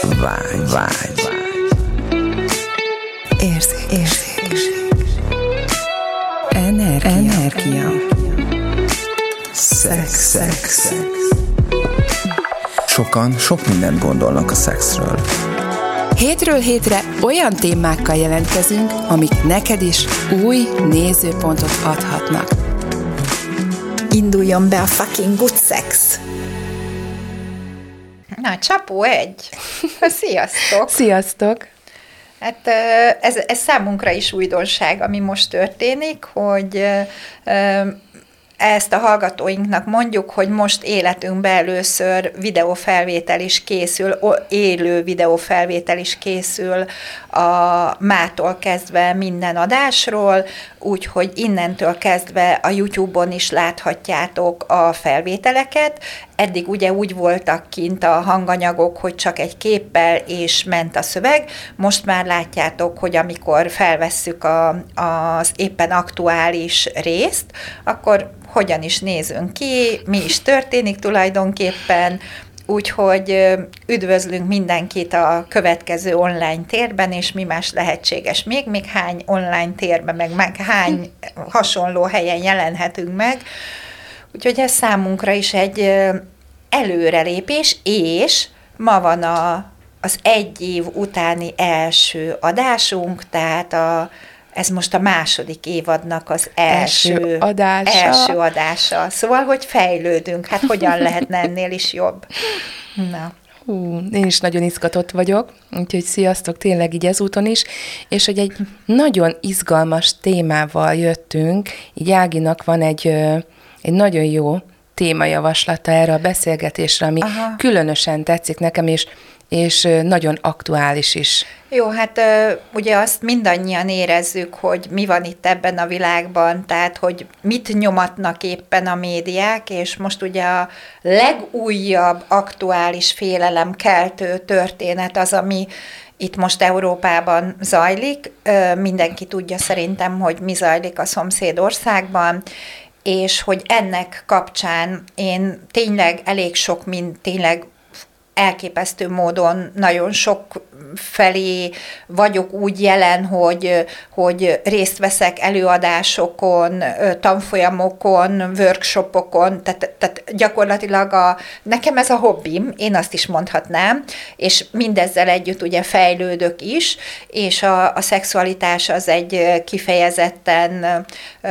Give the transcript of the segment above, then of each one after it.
Vágy. Érzék. Energia. Szex. Sokan sok mindent gondolnak a szexről. Hétről hétre olyan témákkal jelentkezünk, amik neked is új nézőpontot adhatnak. Induljon be a fucking good sex! Na, csapó egy! Sziasztok! Sziasztok! Hát ez számunkra is újdonság, ami most történik, hogy ezt a hallgatóinknak mondjuk, hogy most életünkben először videófelvétel is készül, élő videófelvétel is készül mától kezdve minden adásról, úgyhogy innentől kezdve a YouTube-on is láthatjátok a felvételeket. Eddig ugye úgy voltak kint a hanganyagok, hogy csak egy képpel és ment a szöveg. Most már látjátok, hogy amikor felvesszük az éppen aktuális részt, akkor hogyan is nézünk ki, mi is történik tulajdonképpen, úgyhogy üdvözlünk mindenkit a következő online térben, és mi más lehetséges még hány online térben, meg hány hasonló helyen jelenhetünk meg. Úgyhogy ez számunkra is egy előrelépés, és ma van az egy év utáni első adásunk, tehát ez most a második évadnak az első adása. Szóval, hogy fejlődünk. Hát hogyan lehetne ennél is jobb? Na. Én is nagyon izgatott vagyok, úgyhogy sziasztok, tényleg így ezúton is, és hogy egy nagyon izgalmas témával jöttünk, így Áginak van egy nagyon jó témajavaslata erre a beszélgetésre, ami különösen tetszik nekem, és nagyon aktuális is. Jó, hát ugye azt mindannyian érezzük, hogy mi van itt ebben a világban, tehát hogy mit nyomatnak éppen a médiák, és most ugye a legújabb aktuális félelemkeltő történet az, ami itt most Európában zajlik. Mindenki tudja szerintem, hogy mi zajlik a szomszédországban, és hogy ennek kapcsán én tényleg elég sok, tényleg elképesztő módon nagyon sok felé vagyok úgy jelen, hogy részt veszek előadásokon, tanfolyamokon, workshopokon, tehát gyakorlatilag nekem ez a hobbim, én azt is mondhatnám, és mindezzel együtt ugye fejlődök is, és a szexualitás az egy kifejezetten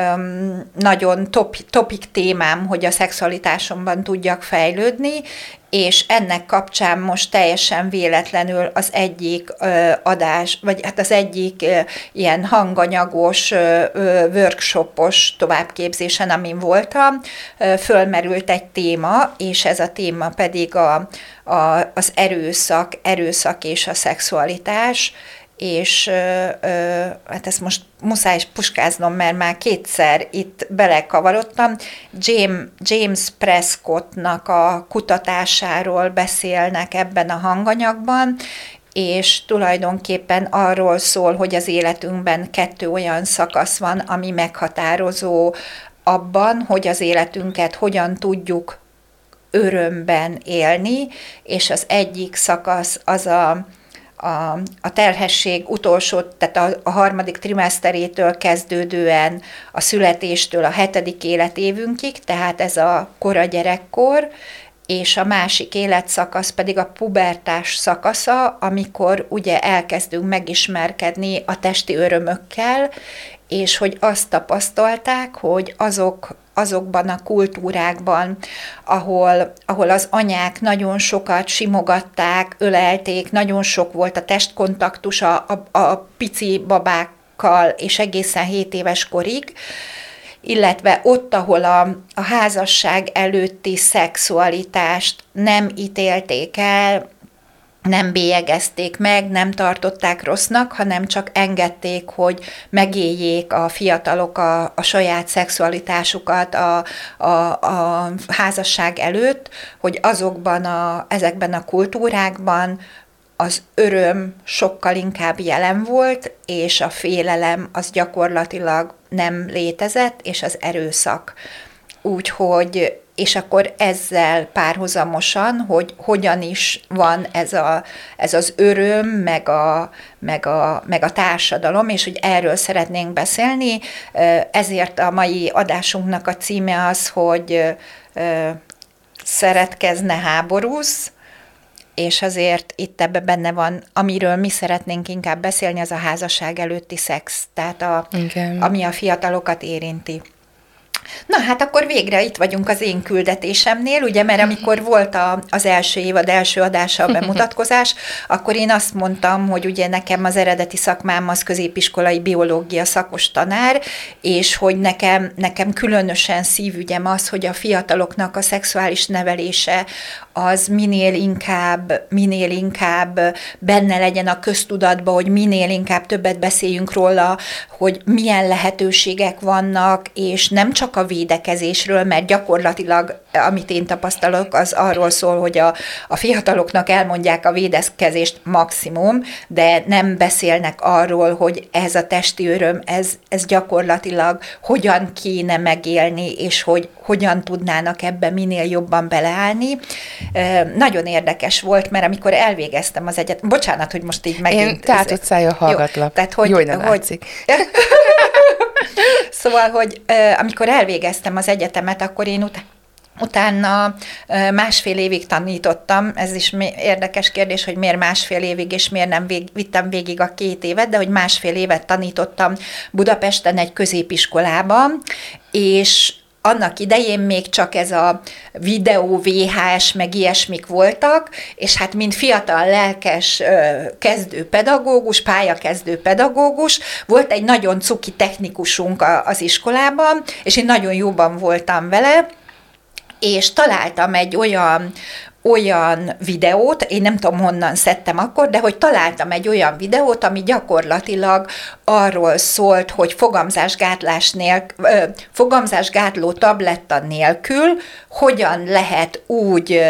nagyon topik témám, hogy a szexualitásomban tudjak fejlődni, és ennek kapcsán most teljesen véletlenül az egyik adás, vagy hát az egyik ilyen hanganyagos, workshopos továbbképzésen, amin voltam, fölmerült egy téma, és ez a téma pedig az erőszak és a szexualitás, és hát ezt most muszáj is puskáznom, mert már kétszer itt belekavarodtam. James Prescottnak a kutatásáról beszélnek ebben a hanganyagban, és tulajdonképpen arról szól, hogy az életünkben 2 olyan szakasz van, ami meghatározó abban, hogy az életünket hogyan tudjuk örömben élni, és az egyik szakasz az a terhesség utolsó, tehát a 3. trimeszterétől kezdődően a születéstől a 7. életévünkig, tehát ez a kora gyerekkor, és a másik életszakasz pedig a pubertás szakasza, amikor ugye elkezdünk megismerkedni a testi örömökkel, és hogy azt tapasztalták, hogy azokban a kultúrákban, ahol az anyák nagyon sokat simogatták, ölelték, nagyon sok volt a testkontaktus a pici babákkal, és egészen 7 éves korig, illetve ott, ahol a házasság előtti szexualitást nem ítélték el, nem bélyegezték meg, nem tartották rossznak, hanem csak engedték, hogy megéljék a fiatalok a saját szexualitásukat a házasság előtt, hogy ezekben a kultúrákban az öröm sokkal inkább jelen volt, és a félelem az gyakorlatilag nem létezett, és az erőszak. Úgyhogy és akkor ezzel párhuzamosan, hogy hogyan is van ez az öröm, meg a társadalom, és hogy erről szeretnénk beszélni. Ezért a mai adásunknak a címe az, hogy szeretkezne, háborúz, és azért itt ebben benne van, amiről mi szeretnénk inkább beszélni, az a házasság előtti szex, tehát ami a fiatalokat érinti. Na hát akkor végre itt vagyunk az én küldetésemnél, ugye, mert amikor volt az első évad első adása, a bemutatkozás, akkor én azt mondtam, hogy ugye nekem az eredeti szakmám az középiskolai biológia szakos tanár, és hogy nekem különösen szívügyem az, hogy a fiataloknak a szexuális nevelése az minél inkább benne legyen a köztudatban, hogy minél inkább többet beszéljünk róla, hogy milyen lehetőségek vannak, és nem csak a védekezésről, mert gyakorlatilag, amit én tapasztalok, az arról szól, hogy a fiataloknak elmondják a védekezést maximum, de nem beszélnek arról, hogy ez a testi öröm, ez gyakorlatilag hogyan kéne megélni, és hogy hogyan tudnának ebbe minél jobban beleállni. Nagyon érdekes volt, mert amikor elvégeztem az egyetem, bocsánat, hogy most így megint... Én tátott szája hallgatlak. Tehát, hogy, jó, hogy nem látszik. Szóval, hogy amikor elvégeztem az egyetemet, akkor én utána 1,5 évig tanítottam, ez is érdekes kérdés, hogy miért 1,5 évig, és miért nem vittem végig a 2 évet, de hogy 1,5 évet tanítottam Budapesten egy középiskolában, és annak idején még csak ez a videó, VHS, meg ilyesmik voltak, és hát mint fiatal, lelkes kezdőpedagógus, pályakezdő pedagógus, volt egy nagyon cuki technikusunk az iskolában, és én nagyon jóban voltam vele, és találtam egy olyan videót, én nem tudom honnan szedtem akkor, de hogy találtam egy olyan videót, ami gyakorlatilag arról szólt, hogy fogamzásgátló tabletta nélkül hogyan lehet úgy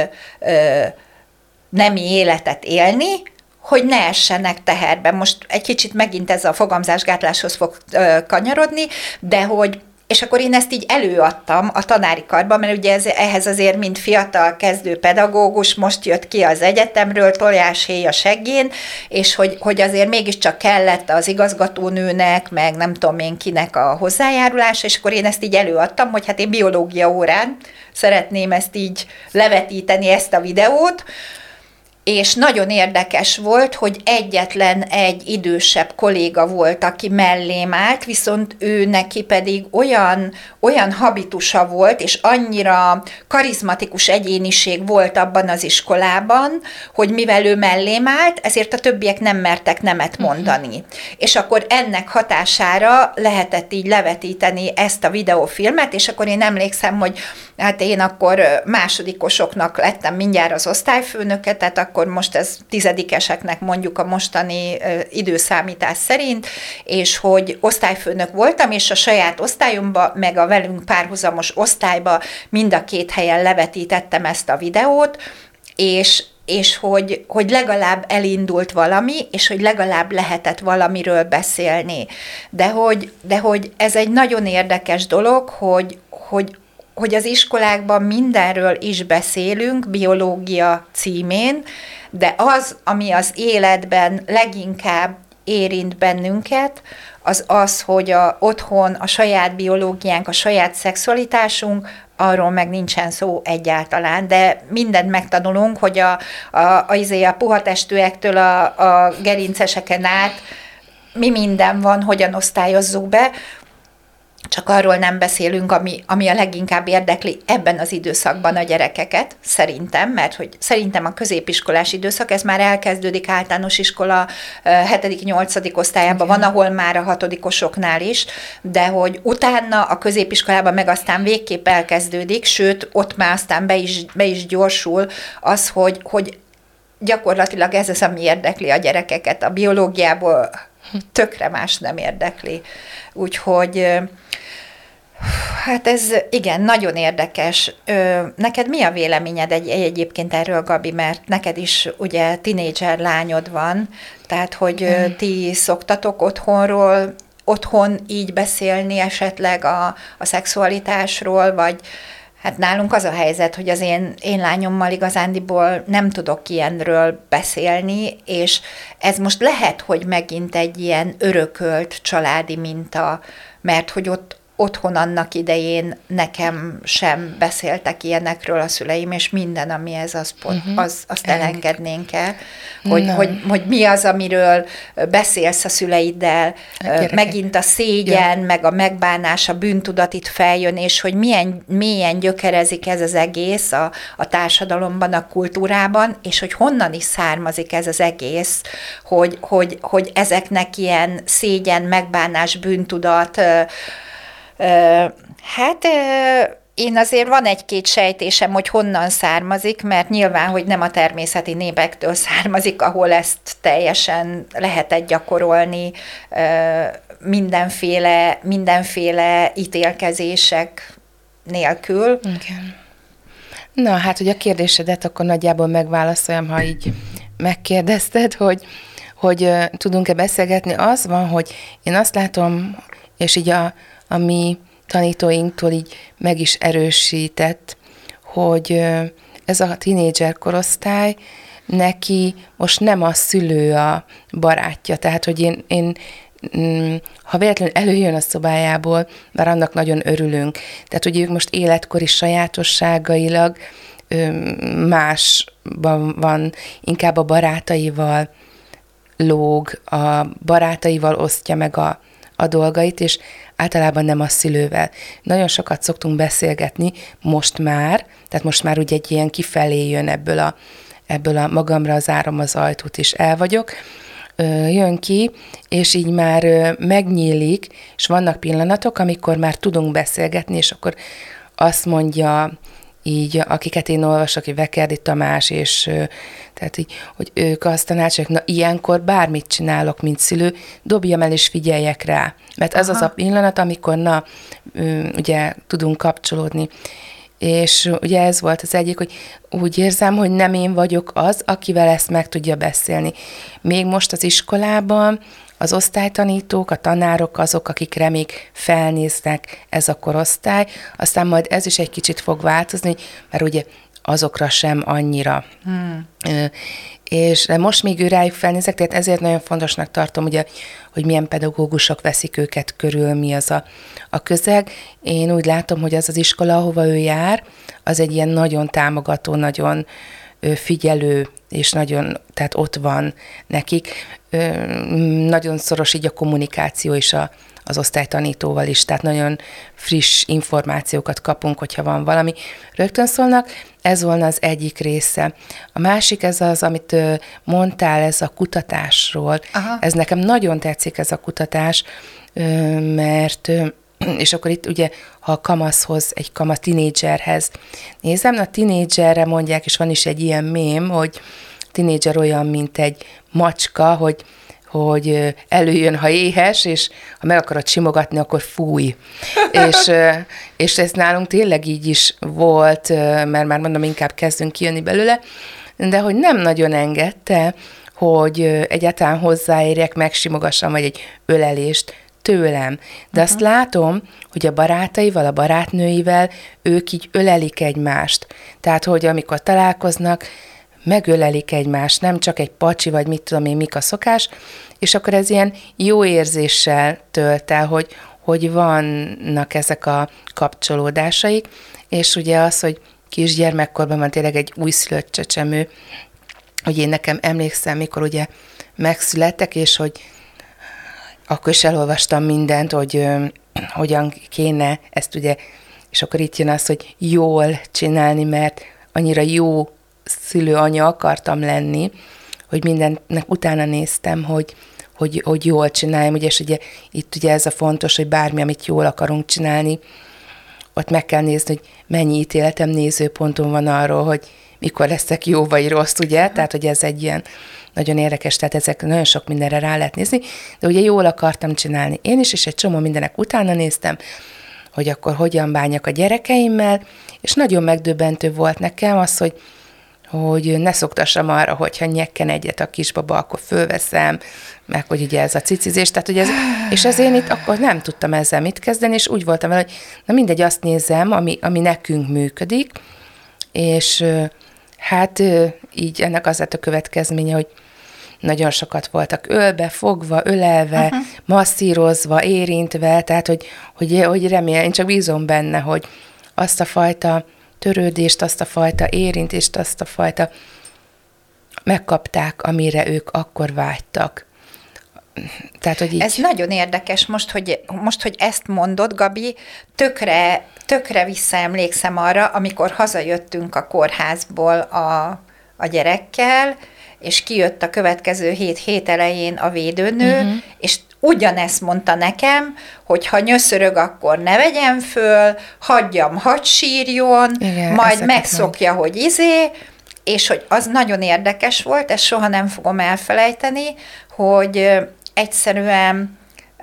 nemi életet élni, hogy ne essenek teherbe. Most egy kicsit megint ez a fogamzásgátláshoz fog kanyarodni, de hogy és akkor én ezt így előadtam a tanári karban, mert ugye ehhez azért, mint fiatal kezdő pedagógus, most jött ki az egyetemről, tojáshéj a seggén, és hogy azért mégiscsak kellett az igazgatónőnek, meg nem tudom én kinek a hozzájárulása, és akkor én ezt így előadtam, hogy hát én biológia órán szeretném ezt így levetíteni, ezt a videót, és nagyon érdekes volt, hogy egyetlen egy idősebb kolléga volt, aki mellém állt, viszont ő neki pedig olyan habitusa volt, és annyira karizmatikus egyéniség volt abban az iskolában, hogy mivel ő mellém állt, ezért a többiek nem mertek nemet mondani. És akkor ennek hatására lehetett így levetíteni ezt a videófilmet, és akkor én emlékszem, hogy hát én akkor másodikosoknak lettem mindjárt az osztályfőnöke, tehát akkor most ez 10-eseknek mondjuk a mostani időszámítás szerint, és hogy osztályfőnök voltam, és a saját osztályomba, meg a velünk párhuzamos osztályba mind a 2 helyen levetítettem ezt a videót, és hogy legalább elindult valami, és hogy legalább lehetett valamiről beszélni. De hogy ez egy nagyon érdekes dolog, hogy az iskolákban mindenről is beszélünk, biológia címén, de az, ami az életben leginkább érint bennünket, az, hogy otthon a saját biológiánk, a saját szexualitásunk, arról meg nincsen szó egyáltalán, de mindent megtanulunk, hogy a puhatestűektől a gerinceseken át mi minden van, hogyan osztályozzuk be, csak arról nem beszélünk, ami a leginkább érdekli ebben az időszakban a gyerekeket, szerintem, mert hogy szerintem a középiskolás időszak, ez már elkezdődik általános iskola 7.-8. osztályában, van, ahol már a 6-osoknál is, de hogy utána a középiskolában meg aztán végképp elkezdődik, sőt, ott már aztán be is gyorsul az, hogy gyakorlatilag ez az, ami érdekli a gyerekeket. A biológiából tökre más nem érdekli. Úgyhogy hát ez igen, nagyon érdekes. Neked mi a véleményed egyébként erről, Gabi, mert neked is ugye tinédzser lányod van, tehát hogy ti szoktatok otthon így beszélni esetleg a szexualitásról, vagy Hát nálunk az a helyzet, hogy az én lányommal igazándiból nem tudok ilyenről beszélni, és ez most lehet, hogy megint egy ilyen örökölt családi minta, mert hogy otthon annak idején nekem sem beszéltek ilyenekről a szüleim, és minden, ami ez azt elengednénk el, hogy mi az, amiről beszélsz a szüleiddel, megint a szégyen, meg a megbánás, a bűntudat itt feljön, és hogy milyen mélyen gyökerezik ez az egész a társadalomban, a kultúrában, és hogy honnan is származik ez az egész, hogy ezeknek ilyen szégyen, megbánás, bűntudat. Hát én azért van egy-két sejtésem, hogy honnan származik, mert nyilván, hogy nem a természeti népektől származik, ahol ezt teljesen lehetett gyakorolni mindenféle hogy nélkül. Igen. Na, hát, hogy a kérdésedet akkor nagyjából megválaszoljam, ha így megkérdezted, hogy tudunk-e beszélgetni. Az van, hogy én azt látom, és így a mi tanítóinktól így meg is erősített, hogy ez a tínédzser korosztály, neki most nem a szülő a barátja, tehát, hogy én ha véletlenül előjön a szobájából, már annak nagyon örülünk. Tehát, hogy ők most életkori sajátosságailag másban van, inkább a barátaival lóg, a barátaival osztja meg a dolgait, és általában nem a szülővel. Nagyon sokat szoktunk beszélgetni most már, tehát most már ugye egy ilyen kifelé jön ebből a magamra zárom az ajtót, és el vagyok, jön ki, és így már megnyílik, és vannak pillanatok, amikor már tudunk beszélgetni, és akkor azt mondja így, akiket én olvasok, hogy Vekerdi Tamás, és tehát így, hogy ők azt tanácsolják, na ilyenkor bármit csinálok, mint szülő, dobjam el és figyeljek rá. Mert az az a pillanat, amikor ugye tudunk kapcsolódni. És ugye ez volt az egyik, hogy úgy érzem, hogy nem én vagyok az, akivel ezt meg tudja beszélni. Még most az iskolában az osztálytanítók, a tanárok azok, akikre még felnéznek ez a korosztály, aztán majd ez is egy kicsit fog változni, mert ugye azokra sem annyira. És most még rájuk felnézek, tehát ezért nagyon fontosnak tartom, ugye, hogy milyen pedagógusok veszik őket körül, mi az a közeg. Én úgy látom, hogy az az iskola, ahova ő jár, az egy ilyen nagyon támogató, nagyon figyelő, és nagyon, tehát ott van nekik. Nagyon szoros így a kommunikáció is az osztálytanítóval is, tehát nagyon friss információkat kapunk, hogyha van valami. Rögtön szólnak, ez volna az egyik része. A másik ez az, amit mondtál, ez a kutatásról. Aha. Ez nekem nagyon tetszik, ez a kutatás, mert és akkor itt ugye, ha a kamaszhoz, egy kamasz tínédzserhez nézem, a tínédzserre mondják, és van is egy ilyen mém, hogy tínédzser olyan, mint egy macska, hogy előjön, ha éhes, és ha meg akarod simogatni, akkor fúj. és ez nálunk tényleg így is volt, mert már mondom, inkább kezdünk kijönni belőle, de hogy nem nagyon engedte, hogy egyáltalán hozzáérjek, megsimogassam, vagy egy ölelést tőlem. De azt látom, hogy a barátaival, a barátnőivel ők így ölelik egymást. Tehát, hogy amikor találkoznak, megölelik egymást, nem csak egy pacsi, vagy mit tudom én, mik a szokás, és akkor ez ilyen jó érzéssel tölt el, hogy vannak ezek a kapcsolódásaik, és ugye az, hogy kisgyermekkorban van tényleg egy újszülött csecsemő, hogy én nekem emlékszem, mikor ugye megszülettek, és hogy akkor is elolvastam mindent, hogy hogyan kéne ezt ugye, és akkor itt jön az, hogy jól csinálni, mert annyira jó szülő, anya akartam lenni, hogy mindennek utána néztem, hogy jól csináljam, ugye, és ugye itt ugye ez a fontos, hogy bármi, amit jól akarunk csinálni, ott meg kell nézni, hogy mennyi ítéletem, nézőponton van arról, hogy mikor leszek jó vagy rossz, ugye, tehát hogy ez egy ilyen nagyon érdekes, tehát ezek nagyon sok mindenre rá lehet nézni, de ugye jól akartam csinálni én is, és egy csomó mindenek utána néztem, hogy akkor hogyan bánjak a gyerekeimmel, és nagyon megdöbbentő volt nekem az, hogy ne szoktassam arra, hogyha nyekken egyet a kisbaba, akkor fölveszem, meg hogy ugye ez a cicizés, tehát, hogy ez, és ezért én itt akkor nem tudtam ezzel mit kezdeni, és úgy voltam vele, hogy na mindegy, azt nézem, ami nekünk működik, és hát így ennek az lett a következménye, hogy nagyon sokat voltak ölbe, fogva, ölelve, masszírozva, érintve, tehát, hogy remélem, én csak bízom benne, hogy azt a fajta törődést, azt a fajta érintést, azt a fajta megkapták, amire ők akkor vágytak. Tehát, hogy így... Ez nagyon érdekes most, hogy ezt mondod, Gabi, tökre visszaemlékszem arra, amikor hazajöttünk a kórházból a gyerekkel, és kijött a következő hét elején a védőnő, és ugyanezt mondta nekem, hogy ha nyöszörög, akkor ne vegyem föl, hagyjam, hadd sírjon, igen, majd megszokja, hogy és hogy az nagyon érdekes volt, ezt soha nem fogom elfelejteni, hogy egyszerűen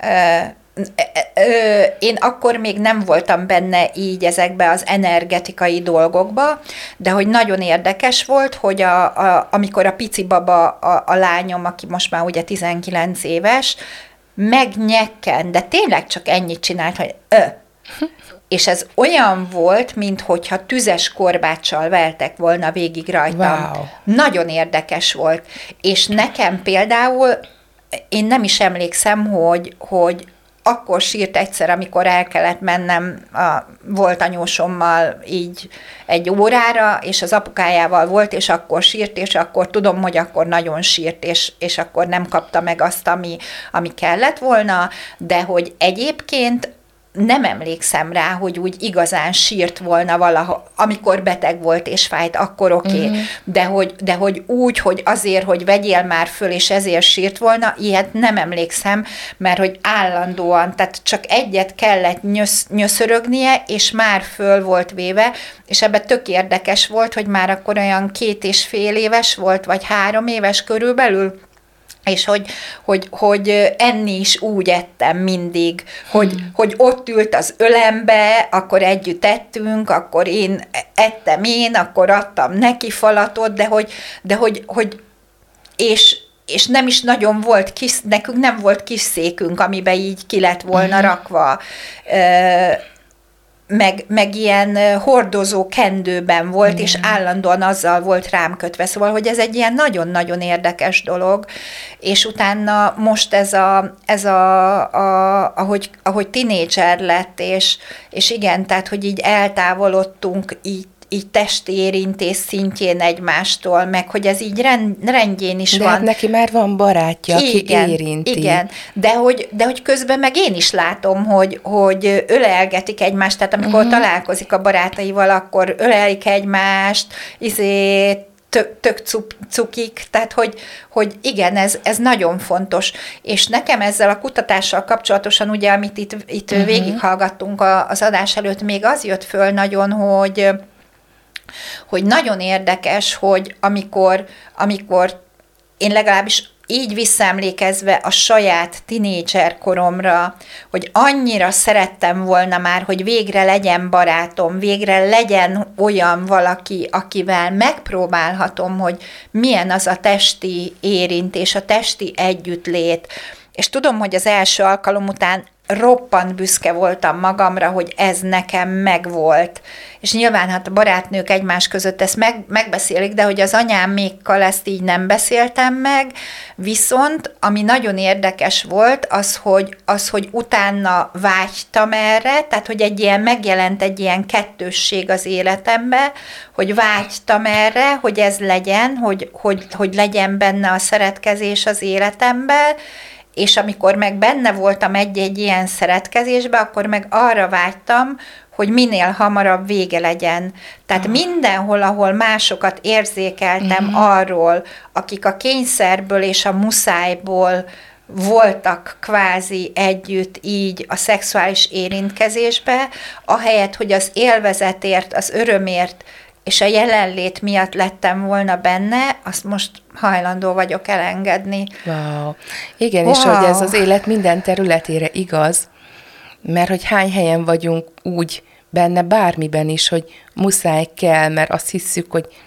én akkor még nem voltam benne így ezekbe az energetikai dolgokba, de hogy nagyon érdekes volt, hogy amikor a pici baba, a lányom, aki most már ugye 19 éves, megnyekken, de tényleg csak ennyit csinált, hogy és ez olyan volt, minthogyha tüzes korbáccsal vertek volna végig rajtam. Wow. Nagyon érdekes volt. És nekem például, én nem is emlékszem, hogy akkor sírt egyszer, amikor el kellett mennem volt anyósommal így egy órára, és az apukájával volt, és akkor sírt, és akkor tudom, hogy akkor nagyon sírt, és akkor nem kapta meg azt, ami kellett volna, de hogy egyébként nem emlékszem rá, hogy úgy igazán sírt volna valaha, amikor beteg volt és fájt, akkor oké. De hogy úgy, hogy azért, hogy vegyél már föl, és ezért sírt volna, ilyet nem emlékszem, mert hogy állandóan, tehát csak egyet kellett nyöszörögnie, és már föl volt véve, és ebben tök érdekes volt, hogy már akkor olyan 2,5 éves volt, vagy 3 éves körülbelül, és hogy enni is úgy ettem mindig, hogy ott ült az ölembe, akkor együtt ettünk, akkor ettem én, akkor adtam neki falatot, de hogy és nem is nagyon volt nekünk nem volt kis székünk, amiben így ki lett volna rakva, meg ilyen hordozó kendőben volt, és állandóan azzal volt rám kötve. Szóval, hogy ez egy ilyen nagyon-nagyon érdekes dolog, és utána most ahogy tinédzser lett, és igen, tehát, hogy így eltávolodtunk így testi érintés szintjén egymástól, meg hogy ez így rendjén is de van. Hát neki már van barátja, aki érinti. Igen, de hogy közben meg én is látom, hogy ölelgetik egymást, tehát amikor találkozik a barátaival, akkor ölelik egymást, tök cukik, tehát hogy igen, ez nagyon fontos. És nekem ezzel a kutatással kapcsolatosan, ugye, amit itt végighallgattunk az adás előtt, még az jött föl nagyon, hogy nagyon érdekes, hogy amikor én legalábbis így visszaemlékezve a saját tinédzser koromra, hogy annyira szerettem volna már, hogy végre legyen barátom, végre legyen olyan valaki, akivel megpróbálhatom, hogy milyen az a testi érintés, a testi együttlét. És tudom, hogy az első alkalom után roppant büszke voltam magamra, hogy ez nekem megvolt. És nyilván hát a barátnők egymás között ezt megbeszélik, de hogy az anyámékkal ezt így nem beszéltem meg, viszont ami nagyon érdekes volt, az, hogy utána vágytam erre, tehát hogy megjelent egy ilyen kettősség az életembe, hogy vágytam erre, hogy ez legyen, hogy legyen benne a szeretkezés az életemben, és amikor meg benne voltam egy-egy ilyen szeretkezésbe, akkor meg arra vágytam, hogy minél hamarabb vége legyen. Tehát mindenhol, ahol másokat érzékeltem arról, akik a kényszerből és a muszájból voltak kvázi együtt így a szexuális érintkezésbe, ahelyett, hogy az élvezetért, az örömért és a jelenlét miatt lettem volna benne, azt most hajlandó vagyok elengedni. Wow. Igen, és hogy ez az élet minden területére igaz, mert hogy hány helyen vagyunk úgy benne bármiben is, hogy muszáj kell, mert azt hisszük, hogy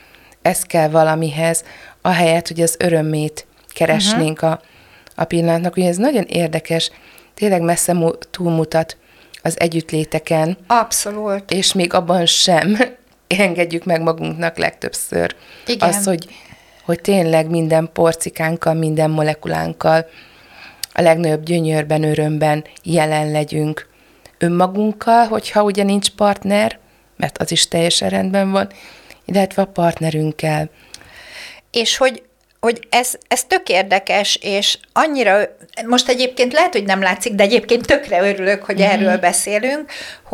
ez kell valamihez, ahelyett, hogy az örömét keresnénk a pillanatnak. Ugye ez nagyon érdekes, tényleg messze túlmutat az együttléteken. Abszolút. És még abban sem engedjük meg magunknak legtöbbször. Igen. Az, hogy tényleg minden porcikánkkal, minden molekulánkkal a legnagyobb gyönyörben, örömben jelen legyünk önmagunkkal, hogyha ugye nincs partner, mert az is teljesen rendben van, illetve a partnerünkkel. És hogy ez tök érdekes, és annyira, most egyébként lehet, hogy nem látszik, de egyébként tökre örülök, hogy erről beszélünk,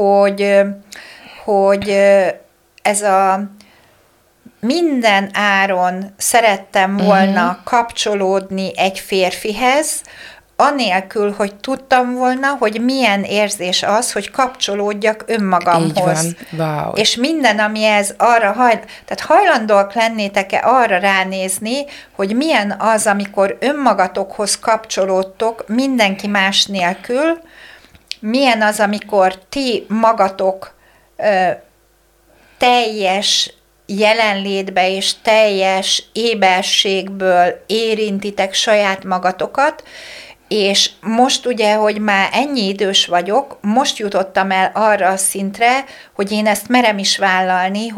hogy ez a minden áron szerettem volna kapcsolódni egy férfihez, anélkül, hogy tudtam volna, hogy milyen érzés az, hogy kapcsolódjak önmagamhoz. Így van. Wow. És minden, ami ez arra tehát hajlandóak lennétek-e arra ránézni, hogy milyen az, amikor önmagatokhoz kapcsolódtok mindenki más nélkül, milyen az, amikor ti magatok teljes jelenlétbe és teljes éberségből érintitek saját magatokat, és most ugye, hogy már ennyi idős vagyok, most jutottam el arra a szintre, hogy én ezt merem is vállalni,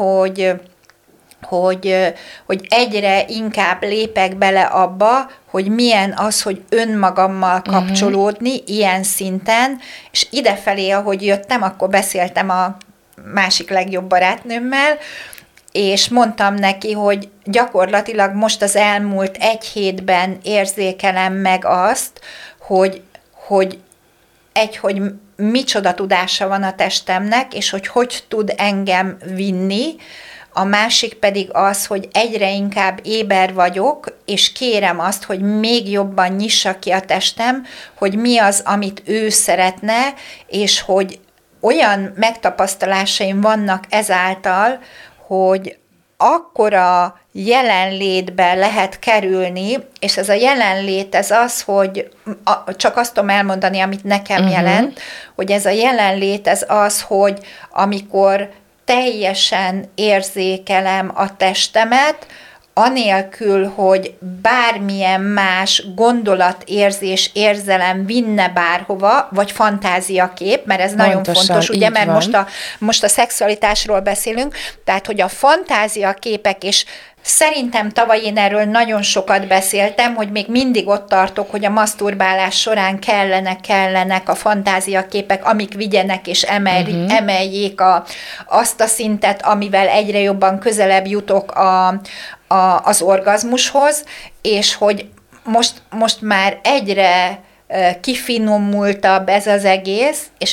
hogy egyre inkább lépek bele abba, hogy milyen az, hogy önmagammal kapcsolódni ilyen szinten, és idefelé, ahogy jöttem, akkor beszéltem a másik legjobb barátnőmmel, és mondtam neki, hogy gyakorlatilag most az elmúlt egy hétben érzékelem meg azt, hogy micsoda tudása van a testemnek, és hogy tud engem vinni, a másik pedig az, hogy egyre inkább éber vagyok, és kérem azt, hogy még jobban nyissa ki a testem, hogy mi az, amit ő szeretne, és hogy olyan megtapasztalásaim vannak ezáltal, hogy akkora jelenlétbe lehet kerülni, és ez a jelenlét, ez az, hogy csak azt tudom elmondani, amit nekem jelent, hogy ez a jelenlét, ez az, hogy amikor teljesen érzékelem a testemet, anélkül, hogy bármilyen más gondolat, érzés, érzelem vinne bárhova, vagy fantáziakép, mert ez nagyon fontos, ugye, mert most a szexualitásról beszélünk, tehát, hogy a fantáziaképek, és szerintem tavaly én erről nagyon sokat beszéltem, hogy még mindig ott tartok, hogy a maszturbálás során kellenek a fantáziaképek, amik vigyenek és emeljék azt a szintet, amivel egyre jobban közelebb jutok az orgazmushoz, és hogy most már egyre kifinomultabb ez az egész, és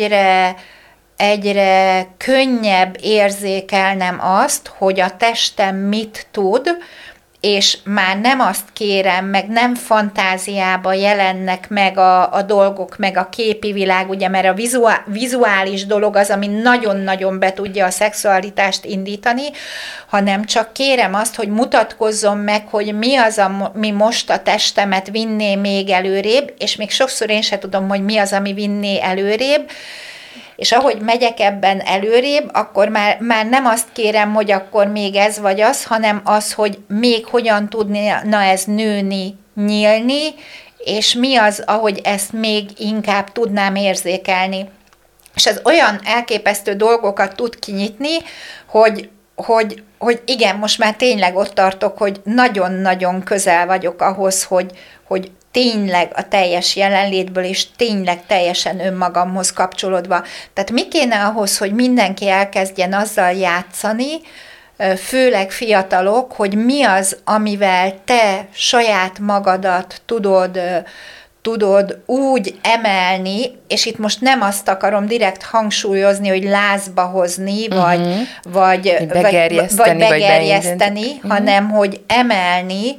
egyre könnyebb érzékelnem azt, hogy a testem mit tud, és már nem azt kérem, meg nem fantáziába jelennek meg a dolgok, meg a képi világ, ugye, mert a vizuális dolog az, ami nagyon-nagyon be tudja a szexualitást indítani, hanem csak kérem azt, hogy mutatkozzon meg, hogy mi az, ami most a testemet vinné még előrébb, és még sokszor én se tudom, hogy mi az, ami vinné előrébb, és ahogy megyek ebben előrébb, akkor már nem azt kérem, hogy akkor még ez vagy az, hanem az, hogy még hogyan tudna ez nőni, nyílni, és mi az, ahogy ezt még inkább tudnám érzékelni. És ez olyan elképesztő dolgokat tud kinyitni, hogy igen, most már tényleg ott tartok, hogy nagyon-nagyon közel vagyok ahhoz, hogy tényleg a teljes jelenlétből, és tényleg teljesen önmagamhoz kapcsolódva. Tehát mi kéne ahhoz, hogy mindenki elkezdjen azzal játszani, főleg fiatalok, hogy mi az, amivel te saját magadat tudod úgy emelni, és itt most nem azt akarom direkt hangsúlyozni, hogy lázba hozni, vagy begerjeszteni, hanem hogy emelni,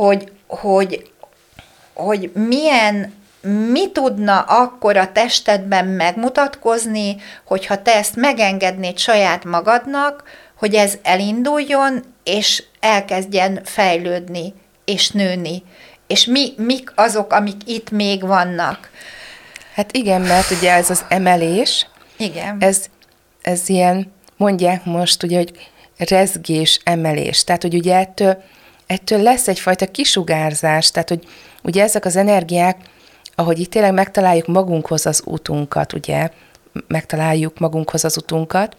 hogy mi tudna akkor a testedben megmutatkozni, hogyha te ezt megengednéd saját magadnak, hogy ez elinduljon, és elkezdjen fejlődni, és nőni. És mik azok, amik itt még vannak? Hát igen, mert ugye ez az emelés, igen. ez ilyen, mondják most ugye, hogy rezgés, emelés. Tehát, hogy ugye ettől lesz egyfajta kisugárzás, tehát, hogy ugye ezek az energiák, ahogy itt tényleg megtaláljuk magunkhoz az utunkat, ugye, megtaláljuk magunkhoz az utunkat,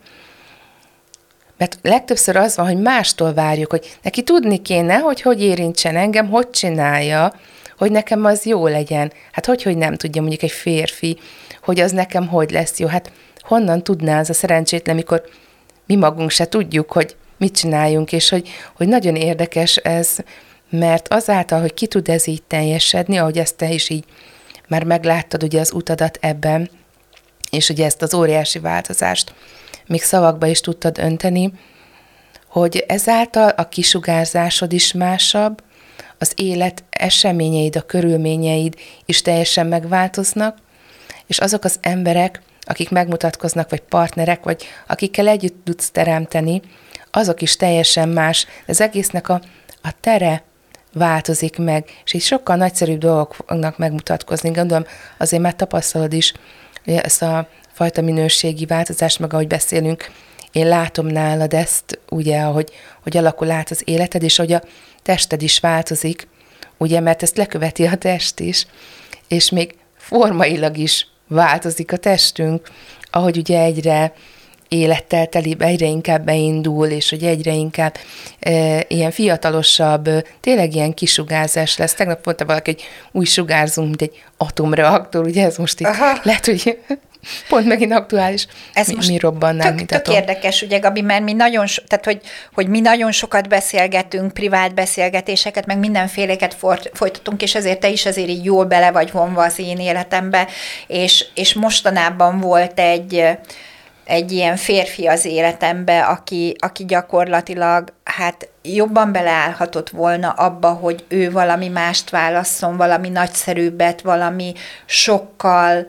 mert legtöbbször az van, hogy mástól várjuk, hogy neki tudni kéne, hogy érintsen engem, hogy csinálja, hogy nekem az jó legyen. Hát hogy nem tudja mondjuk egy férfi, hogy az nekem hogy lesz jó. Hát honnan tudná az a szerencsétlen, mikor mi magunk se tudjuk, hogy mit csináljunk, és hogy nagyon érdekes ez, mert azáltal, hogy ki tud ez így teljesedni, ahogy ezt te is így már megláttad ugye az utadat ebben, és ugye ezt az óriási változást még szavakba is tudtad önteni, hogy ezáltal a kisugárzásod is másabb, az élet eseményeid, a körülményeid is teljesen megváltoznak, és azok az emberek, akik megmutatkoznak, vagy partnerek, vagy akikkel együtt tudsz teremteni, azok is teljesen más. Az egésznek a tere változik meg, és így sokkal nagyszerűbb dolgok fognak megmutatkozni. Gondolom, azért már tapasztalod is ezt a fajta minőségi változást, meg ahogy beszélünk, én látom nálad ezt, ugye, hogy alakul át az életed, és hogy a tested is változik, ugye, mert ezt leköveti a test is, és még formailag is változik a testünk, ahogy ugye egyre élettel telibb, egyre inkább beindul, és hogy egyre inkább ilyen fiatalosabb, tényleg ilyen kisugárzás lesz. Tegnap mondta valaki, hogy úgy sugárzunk, mint egy atomreaktor, ugye ez most itt lehet, hogy pont megint aktuális, ez mi robbannánk, mint tök érdekes, ugye, Gabi, mert mi nagyon, tehát, hogy mi nagyon sokat beszélgetünk, privát beszélgetéseket, meg mindenféleket folytatunk, és ezért te is azért így jól bele vagy vonva az én életembe, és mostanában volt egy ilyen férfi az életembe, aki gyakorlatilag hát jobban beleállhatott volna abba, hogy ő valami mást válasszon, valami nagyszerűbbet, valami sokkal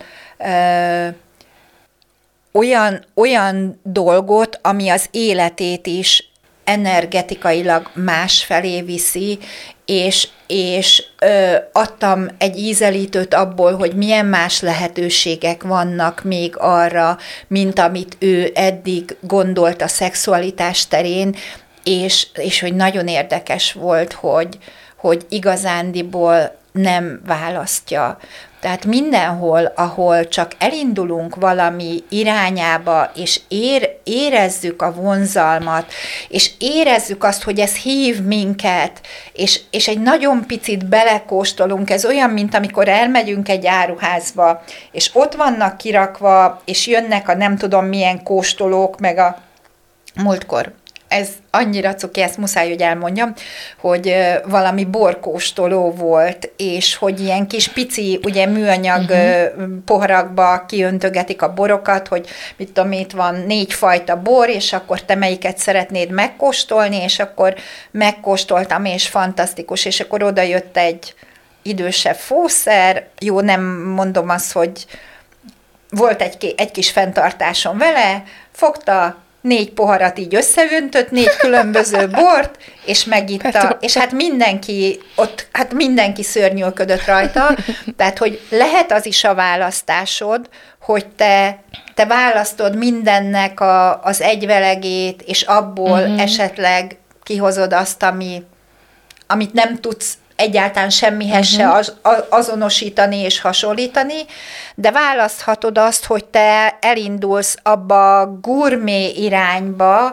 olyan dolgot, ami az életét is energetikailag másfelé viszi, és adtam egy ízelítőt abból, hogy milyen más lehetőségek vannak még arra, mint amit ő eddig gondolt a szexualitás terén, és hogy nagyon érdekes volt, hogy igazándiból nem választja. Tehát mindenhol, ahol csak elindulunk valami irányába, és érezzük a vonzalmat, és érezzük azt, hogy ez hív minket, és egy nagyon picit belekóstolunk, ez olyan, mint amikor elmegyünk egy áruházba, és ott vannak kirakva, és jönnek a nem tudom milyen kóstolók, meg a múltkor. Ez annyira cuki, ezt muszáj, hogy elmondjam, hogy valami borkóstoló volt, és hogy ilyen kis pici, ugye műanyag poharakba kiöntögetik a borokat, hogy mit tudom, itt van 4 fajta bor, és akkor te melyiket szeretnéd megkóstolni, és akkor megkóstoltam, és fantasztikus, és akkor oda jött egy idősebb fószer, jó, nem mondom azt, hogy volt egy kis fenntartásom vele, fogta, 4 poharat így összeöntött, 4 különböző bort, és megitta, és hát mindenki szörnyűködött rajta, tehát, hogy lehet az is a választásod, hogy te választod mindennek az egyvelegét, és abból esetleg kihozod azt, amit nem tudsz egyáltalán semmihez se azonosítani és hasonlítani, de választhatod azt, hogy te elindulsz abba a gurmé irányba,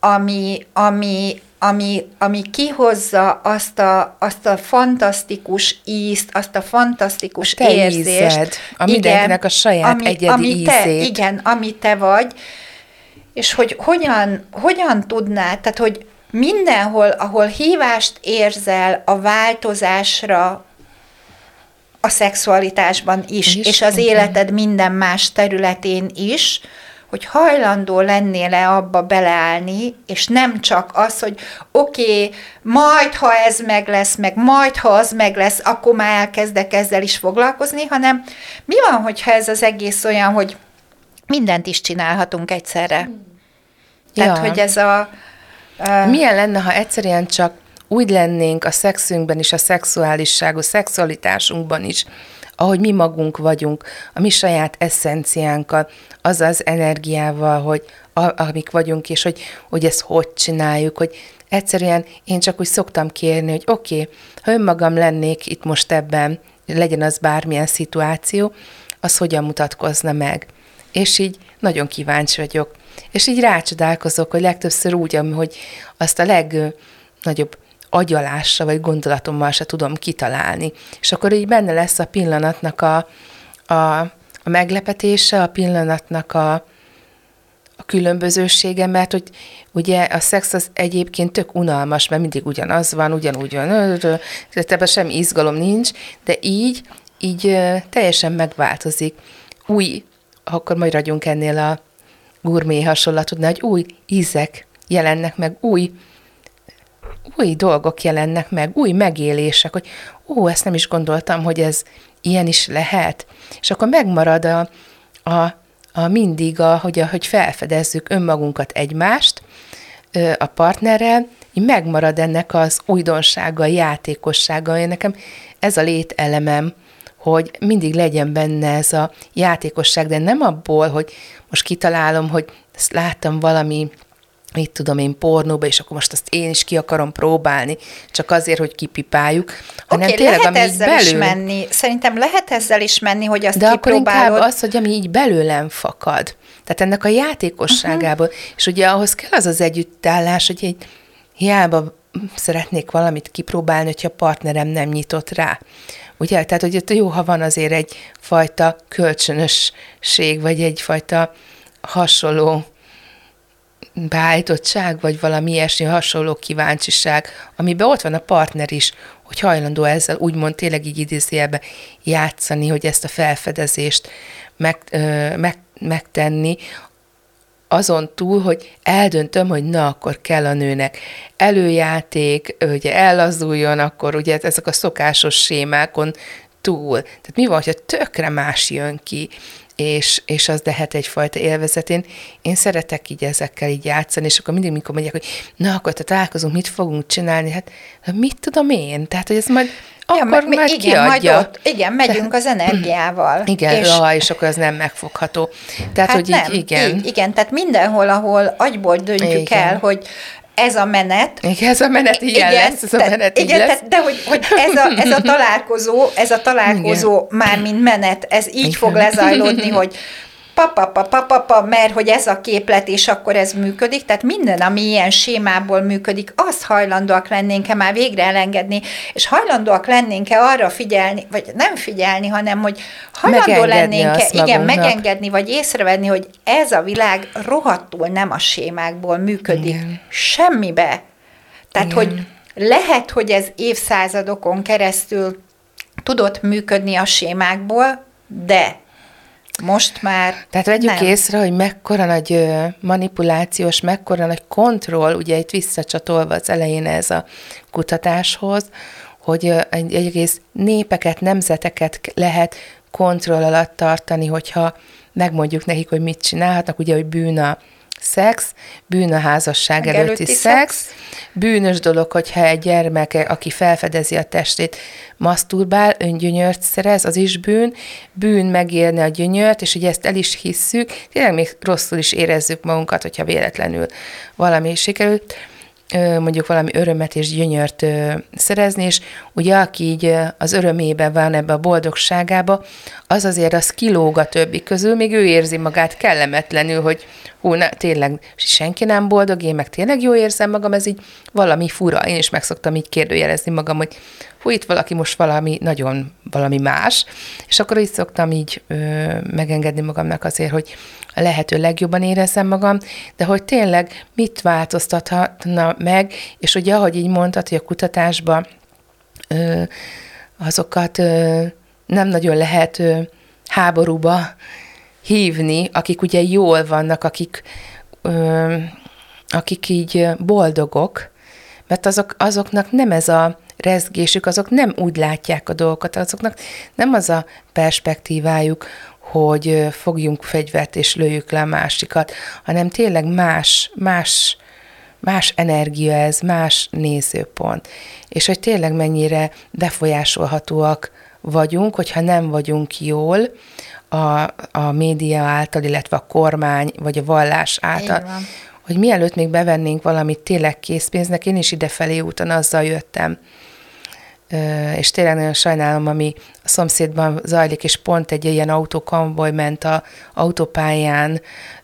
ami kihozza azt a fantasztikus ízt, azt a fantasztikus érzést. Ízed, a mindenkinek a saját egyedi ízét. Ami te vagy, és hogy hogyan tudnád, tehát hogy mindenhol, ahol hívást érzel a változásra a szexualitásban is, és az életed minden más területén is, hogy hajlandó lennél-e abba beleállni, és nem csak az, hogy oké, majd ha ez meg lesz, meg majd ha az meg lesz, akkor már elkezdek ezzel is foglalkozni, hanem mi van, hogyha ez az egész olyan, hogy mindent is csinálhatunk egyszerre. Tehát, hogy ez milyen lenne, ha egyszerűen csak úgy lennénk a szexünkben is, a szexualitásunkban is, ahogy mi magunk vagyunk, a mi saját eszenciánkkal, azzal az energiával, hogy amik vagyunk, és hogy ezt hogy csináljuk, hogy egyszerűen én csak úgy szoktam kérni, hogy oké, ha önmagam lennék itt most ebben, legyen az bármilyen szituáció, az hogyan mutatkozna meg. És így nagyon kíváncsi vagyok. És így rácsodálkozok, hogy legtöbbször úgy, hogy azt a legnagyobb agyalással vagy gondolatommal se tudom kitalálni. És akkor így benne lesz a pillanatnak a meglepetése, a pillanatnak a különbözősége, mert hogy ugye a szex az egyébként tök unalmas, mert mindig ugyanaz van, ugyanúgy van, ebben semmi izgalom nincs, de így teljesen megváltozik. Új, akkor majd ragyunk ennél a gurmé hasonlatodnál, hogy új ízek jelennek meg, új dolgok jelennek meg, új megélések, hogy ezt nem is gondoltam, hogy ez ilyen is lehet. És akkor megmarad mindig, hogy felfedezzük önmagunkat, egymást a partnerrel, így megmarad ennek az újdonsága, játékossága. Nekem ez a lételemem, hogy mindig legyen benne ez a játékosság, de nem abból, hogy most kitalálom, hogy ezt láttam valami, mit tudom én, pornóba, és akkor most azt én is ki akarom próbálni, csak azért, hogy kipipáljuk, hanem tényleg, lehet ami ezzel belül... is menni. Szerintem lehet ezzel is menni, hogy azt de kipróbálod. akkor inkább az, hogy ami így belőlem fakad. Tehát ennek a játékosságából. És ugye ahhoz kell az együttállás, hogy hiába szeretnék valamit kipróbálni, hogyha a partnerem nem nyitott rá. Ugye? Tehát, hogy jó, ha van azért egyfajta kölcsönösség, vagy egyfajta hasonló beállítottság, vagy valami ilyesmi hasonló kíváncsiság, amiben ott van a partner is, hogy hajlandó ezzel úgymond tényleg így idézőjelben játszani, hogy ezt a felfedezést megtenni, azon túl, hogy eldöntöm, hogy na, akkor kell a nőnek előjáték, ugye ellazuljon, akkor ugye ezek a szokásos sémákon túl. Tehát mi van, hogyha tökre más jön ki, és az lehet egyfajta élvezet. Én szeretek így ezekkel így játszani, és akkor mindig, mikor mondják, hogy na, akkor te találkozunk, mit fogunk csinálni, hát mit tudom én? Tehát, hogy ez majd akkor már igen, kiadja. majd ott, igen, megyünk az energiával. Igen, és akkor az nem megfogható. Tehát, hát hogy nem, igen, tehát mindenhol, ahol agyból döntjük el, hogy ez a menet. Igen, ez a menet ilyen lesz, ez a menet így lesz. De hogy ez a találkozó már mint menet, ez így fog lezajlódni, hogy mert hogy ez a képlet, és akkor ez működik, tehát minden, ami ilyen sémából működik, azt hajlandóak lennénk-e már végre elengedni, és hajlandóak lennénk-e arra figyelni, vagy nem figyelni, hanem hogy hajlandó lennénk-e, megengedni, vagy észrevenni, hogy ez a világ rohadtul nem a sémákból működik, semmibe. Tehát, hogy lehet, hogy ez évszázadokon keresztül tudott működni a sémákból, de most már tehát vegyük nem. észre, hogy mekkora nagy manipulációs, mekkora nagy kontroll, ugye itt visszacsatolva az elején ez a kutatáshoz, hogy egy egész népeket, nemzeteket lehet kontroll alatt tartani, hogyha megmondjuk nekik, hogy mit csinálhatnak, ugye, hogy bűn a szex, bűn a házasság előtti szex, bűnös dolog, hogyha egy gyermek, aki felfedezi a testét, maszturbál, öngyönyört szerez, az is bűn megélni a gyönyört, és ugye ezt el is hisszük, tényleg még rosszul is érezzük magunkat, hogyha véletlenül valami sikerült, mondjuk valami örömet és gyönyört szerezni, és ugye aki így az örömében van ebbe a boldogságába, az azért az kilóg a többi közül, még ő érzi magát kellemetlenül, hogy tényleg senki nem boldog, én meg tényleg jól érzem magam, ez így valami fura. Én is meg szoktam így kérdőjelezni magam, hogy itt valaki most valami más, és akkor így szoktam így megengedni magamnak azért, hogy a lehető legjobban érezzem magam, de hogy tényleg mit változtatna meg, és ugye ahogy így mondtad, hogy a kutatásban azokat nem nagyon lehet háborúba hívni, akik ugye jól vannak, akik így boldogok, mert azoknak nem ez a rezgésük, azok nem úgy látják a dolgokat, azoknak nem az a perspektívájuk, hogy fogjunk fegyvert és lőjük le a másikat, hanem tényleg más más energia ez, más nézőpont. És hogy tényleg mennyire befolyásolhatóak vagyunk, hogyha nem vagyunk jól a média által, illetve a kormány, vagy a vallás által. Hogy mielőtt még bevennénk valamit tényleg készpénznek, én is idefelé úton azzal jöttem, és tényleg nagyon sajnálom, ami a szomszédban zajlik, és pont egy ilyen autókonvoj ment a autópályán,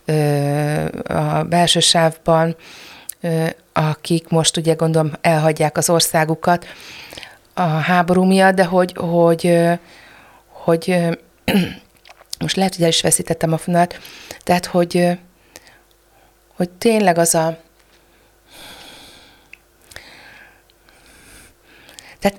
a belső sávban, akik most ugye gondolom elhagyják az országukat a háború miatt, de hogy most lehet, hogy el is veszítettem a fonalat, tehát hogy tényleg az a... Tehát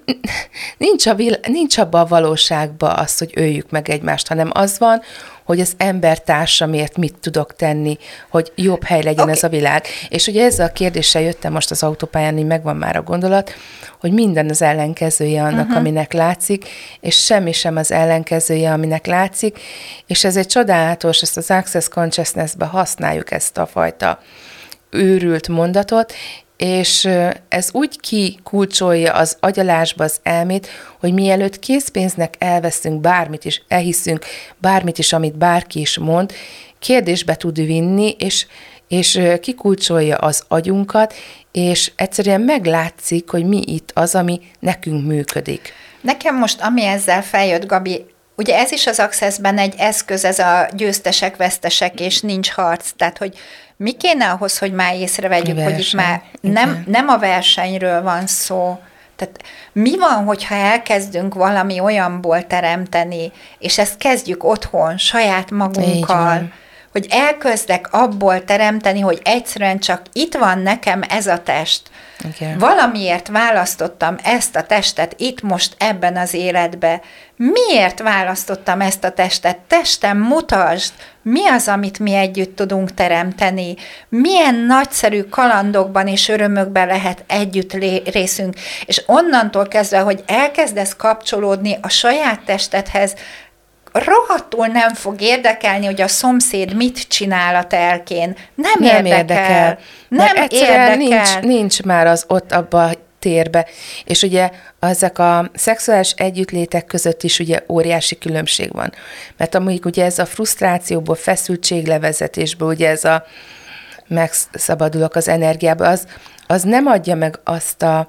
nincs abban a valóságban az, hogy öljük meg egymást, hanem az van, hogy az embertársamért mit tudok tenni, hogy jobb hely legyen ez a világ. És ugye ezzel a kérdéssel jöttem most az autópályán, így megvan már a gondolat, hogy minden az ellenkezője annak, aminek látszik, és semmi sem az ellenkezője, aminek látszik, és ez egy csodálatos, ezt az Access Consciousness-ben használjuk ezt a fajta őrült mondatot, és ez úgy kikulcsolja az agyalásba az elmét, hogy mielőtt készpénznek elveszünk bármit is, elhiszünk bármit is, amit bárki is mond, kérdésbe tud vinni, és kikulcsolja az agyunkat, és egyszerűen meglátszik, hogy mi itt az, ami nekünk működik. Nekem most, ami ezzel feljött, Gabi, ugye ez is az Accessben egy eszköz, ez a győztesek, vesztesek, és nincs harc. Tehát, hogy mi kéne ahhoz, hogy már észrevegyük, hogy itt már nem a versenyről van szó. Tehát mi van, hogyha elkezdünk valami olyanból teremteni, és ezt kezdjük otthon, saját magunkkal, hogy elkezdek abból teremteni, hogy egyszerűen csak itt van nekem ez a test. Igen. Valamiért választottam ezt a testet itt most ebben az életben. Miért választottam ezt a testet? Testem, mutasd, mi az, amit mi együtt tudunk teremteni? Milyen nagyszerű kalandokban és örömökben lehet együtt részünk? És onnantól kezdve, hogy elkezdesz kapcsolódni a saját testedhez, rohadtul nem fog érdekelni, hogy a szomszéd mit csinál a telkén. Nem érdekel. Nem érdekel. Nincs már az ott abba a térbe. És ugye ezek a szexuális együttlétek között is ugye óriási különbség van. Mert amíg ugye ez a frusztrációból, feszültséglevezetésből, ugye ez a megszabadulok az energiába, az nem adja meg azt a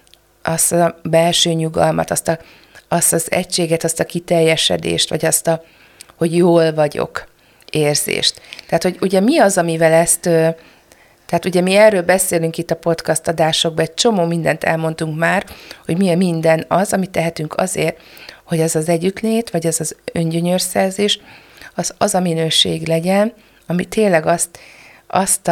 belső nyugalmat, azt az egységet, azt a kiteljesedést, vagy azt hogy jól vagyok érzést. Tehát, hogy ugye mi az, amivel ezt, tehát ugye mi erről beszélünk itt a podcast adásokban, egy csomó mindent elmondtunk már, hogy milyen minden az, amit tehetünk azért, hogy az az együttlét, vagy az az öngyönyörszerzés, az a minőség legyen, ami tényleg azt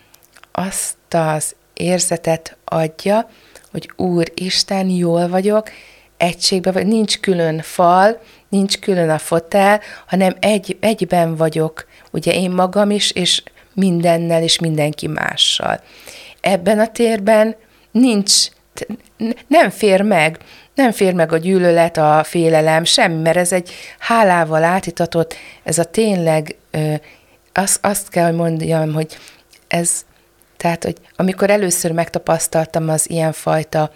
az érzetet adja, hogy Úristen, jól vagyok, egységben vagy, nincs külön fal, nincs külön a fotel, hanem egyben vagyok, ugye én magam is, és mindennel, és mindenki mással. Ebben a térben nem fér meg a gyűlölet, a félelem, semmi, mert ez egy hálával átitatott, ez a tényleg, azt kell, hogy mondjam, hogy ez, tehát, hogy amikor először megtapasztaltam az ilyenfajta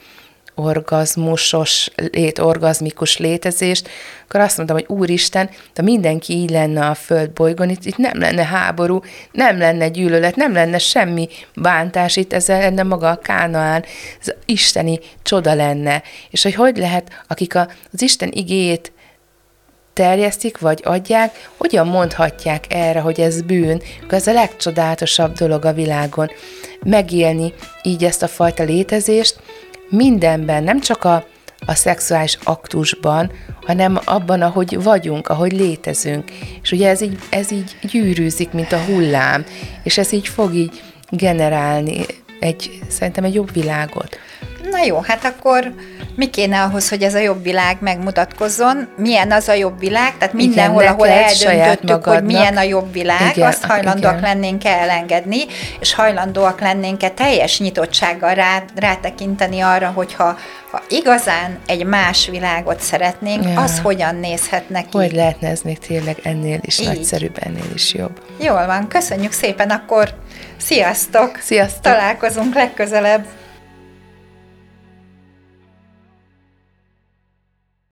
orgazmikus létezést, akkor azt mondtam, hogy Úristen, de mindenki így lenne a földbolygón, itt nem lenne háború, nem lenne gyűlölet, nem lenne semmi bántás, itt ez lenne maga a Kánaán, ez isteni csoda lenne. És hogy lehet, akik az Isten igéjét terjesztik, vagy adják, hogyan mondhatják erre, hogy ez bűn, akkor ez a legcsodálatosabb dolog a világon. Megélni így ezt a fajta létezést, mindenben, nem csak a szexuális aktusban, hanem abban, ahogy vagyunk, ahogy létezünk. És ugye ez így gyűrűzik, mint a hullám, és ez így fog így generálni szerintem egy jobb világot. Na jó, hát akkor mi kéne ahhoz, hogy ez a jobb világ megmutatkozzon? Milyen az a jobb világ? Tehát mindenhol, igen, ahol eldöntöttük, hogy milyen a jobb világ, igen, azt hajlandóak lennénk elengedni, és hajlandóak lennénk teljes nyitottsággal rátekinteni arra, hogyha igazán egy más világot szeretnénk, ja, az hogyan nézhet neki? Hogy lehetne ez még tényleg ennél is így nagyszerűbb, ennél is jobb. Jól van, köszönjük szépen, akkor Sziasztok! Sziasztok! Találkozunk legközelebb!